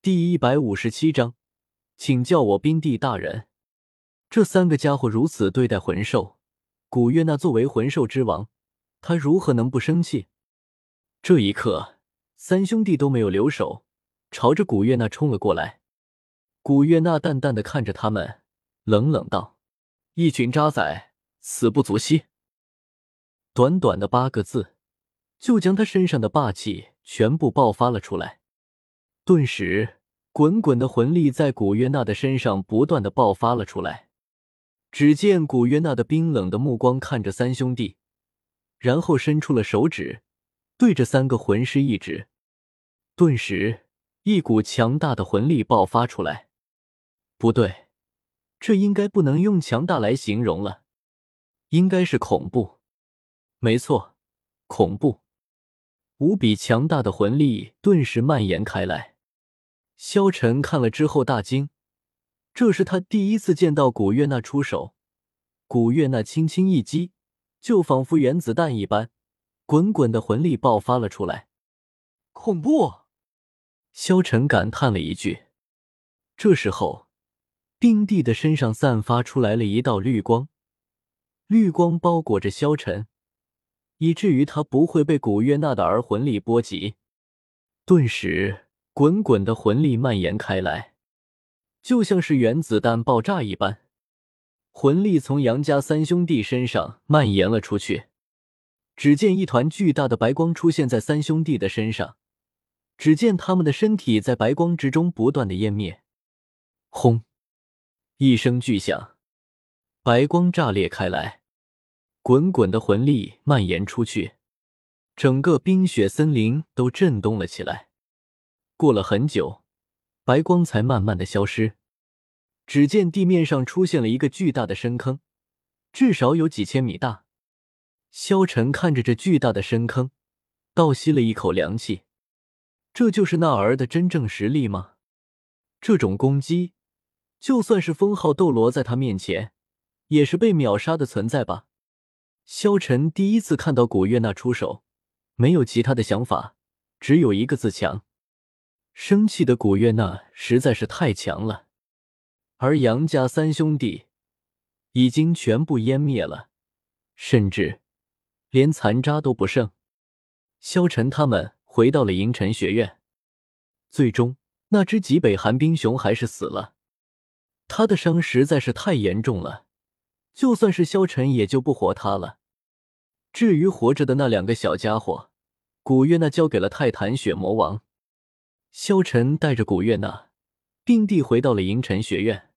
第157章，请叫我冰帝大人。这三个家伙如此对待魂兽，古月娜作为魂兽之王，他如何能不生气？这一刻，三兄弟都没有留手，朝着古月娜冲了过来。古月娜淡淡的看着他们，冷冷道：“一群渣仔，死不足惜。”短短的8个字，就将他身上的霸气全部爆发了出来。顿时，滚滚的魂力在古月娜的身上不断的爆发了出来。只见古月娜的冰冷的目光看着三兄弟，然后伸出了手指，对着3个魂师一指。顿时，一股强大的魂力爆发出来。不对，这应该不能用强大来形容了，应该是恐怖。没错，恐怖。无比强大的魂力顿时蔓延开来。萧晨看了之后大惊，这是他第一次见到古月娜出手。古月娜轻轻一击，就仿佛原子弹一般，滚滚的魂力爆发了出来。恐怖！萧晨感叹了一句。这时候，冰帝的身上散发出来了一道绿光，绿光包裹着萧晨，以至于他不会被古月娜的儿魂力波及。顿时，滚滚的魂力蔓延开来，就像是原子弹爆炸一般，魂力从杨家三兄弟身上蔓延了出去。只见一团巨大的白光出现在三兄弟的身上，只见他们的身体在白光之中不断的湮灭。轰！一声巨响，白光炸裂开来，滚滚的魂力蔓延出去，整个冰雪森林都震动了起来。过了很久，白光才慢慢的消失。只见地面上出现了一个巨大的深坑，至少有几千米大。萧晨看着这巨大的深坑，倒吸了一口凉气。这就是那儿的真正实力吗？这种攻击，就算是封号斗罗在他面前，也是被秒杀的存在吧。萧晨第一次看到古月娜出手，没有其他的想法，只有一个字：强。生气的古月娜实在是太强了，而杨家三兄弟已经全部湮灭了，甚至连残渣都不剩。萧晨他们回到了银尘学院，最终那只极北寒冰熊还是死了。他的伤实在是太严重了，就算是萧晨也救不活他了。至于活着的那2个小家伙，古月娜交给了泰坦血魔王。萧晨带着古月娜、冰帝回到了银尘学院。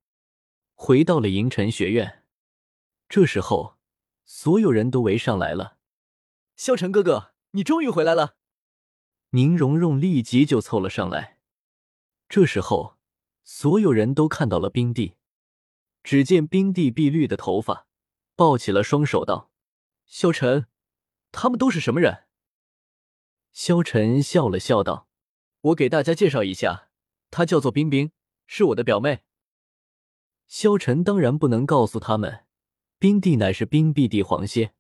这时候，所有人都围上来了。萧晨哥哥，你终于回来了！宁荣荣立即就凑了上来。这时候，所有人都看到了冰帝。只见冰帝碧绿的头发，抱起了双手道：“萧晨，他们都是什么人？”萧晨笑了笑道：“我给大家介绍一下，她叫做冰冰，是我的表妹。”萧晨当然不能告诉他们，冰帝乃是冰碧帝黄蝎。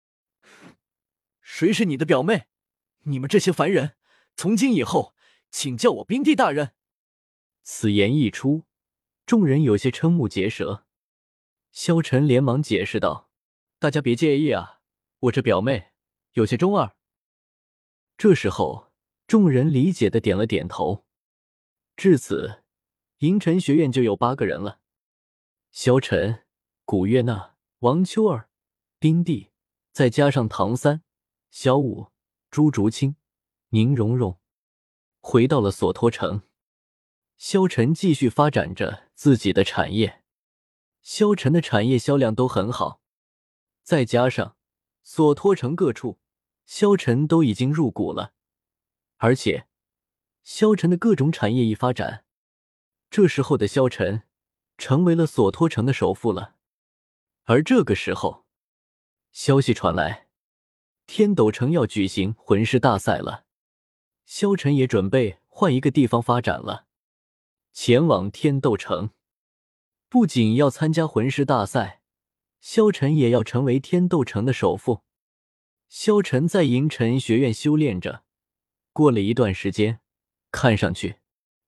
谁是你的表妹？你们这些凡人，从今以后，请叫我冰帝大人。此言一出，众人有些瞠目结舌。萧晨连忙解释道：“大家别介意啊，我这表妹有些中二。”这时候，众人理解的点了点头。至此，银尘学院就有8个人了。萧晨、古月娜、王秋儿、冰帝，再加上唐三、小舞、朱竹清、宁荣荣，回到了索托城。萧晨继续发展着自己的产业，萧晨的产业销量都很好，再加上索托城各处，萧晨都已经入股了，而且萧晨的各种产业一发展，这时候的萧晨成为了索托城的首富了。而这个时候，消息传来，天斗城要举行魂师大赛了，萧晨也准备换一个地方发展了，前往天斗城。不仅要参加魂师大赛，萧晨也要成为天斗城的首富。萧晨在银尘学院修炼着，过了一段时间，看上去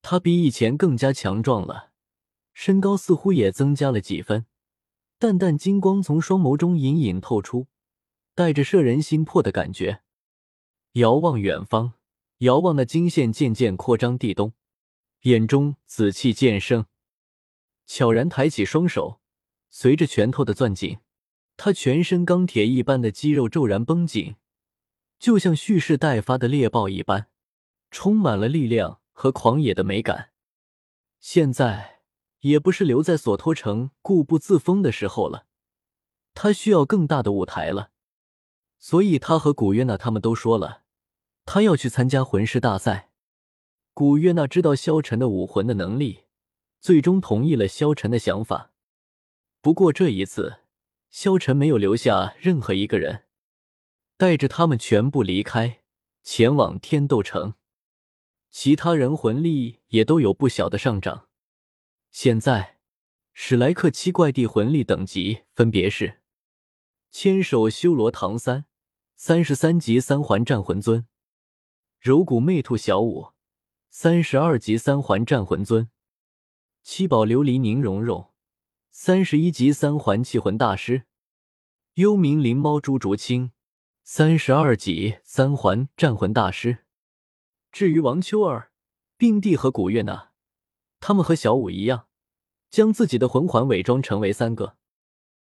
他比以前更加强壮了，身高似乎也增加了几分，淡淡金光从双眸中隐隐透出，带着摄人心魄的感觉。遥望远方，遥望那金线渐渐扩张地东，眼中紫气渐生，悄然抬起双手，随着拳头的攥紧，他全身钢铁一般的肌肉骤然绷紧，就像蓄势待发的猎豹一般，充满了力量和狂野的美感。现在也不是留在索托城固步自封的时候了，他需要更大的舞台了。所以他和古约娜他们都说了，他要去参加魂师大赛。古约娜知道萧晨的武魂的能力，最终同意了萧晨的想法。不过这一次，萧晨没有留下任何一个人，带着他们全部离开，前往天斗城。其他人魂力也都有不小的上涨。现在，史莱克七怪帝魂力等级分别是：千手修罗唐三，33级三环战魂尊；柔骨魅兔小舞，32级三环战魂尊；七宝琉璃宁荣荣，31级三环气魂大师；幽冥灵猫朱竹清，32级三环战魂大师。至于王秋儿、并蒂和古月娜，他们和小舞一样，将自己的魂环伪装成为3个。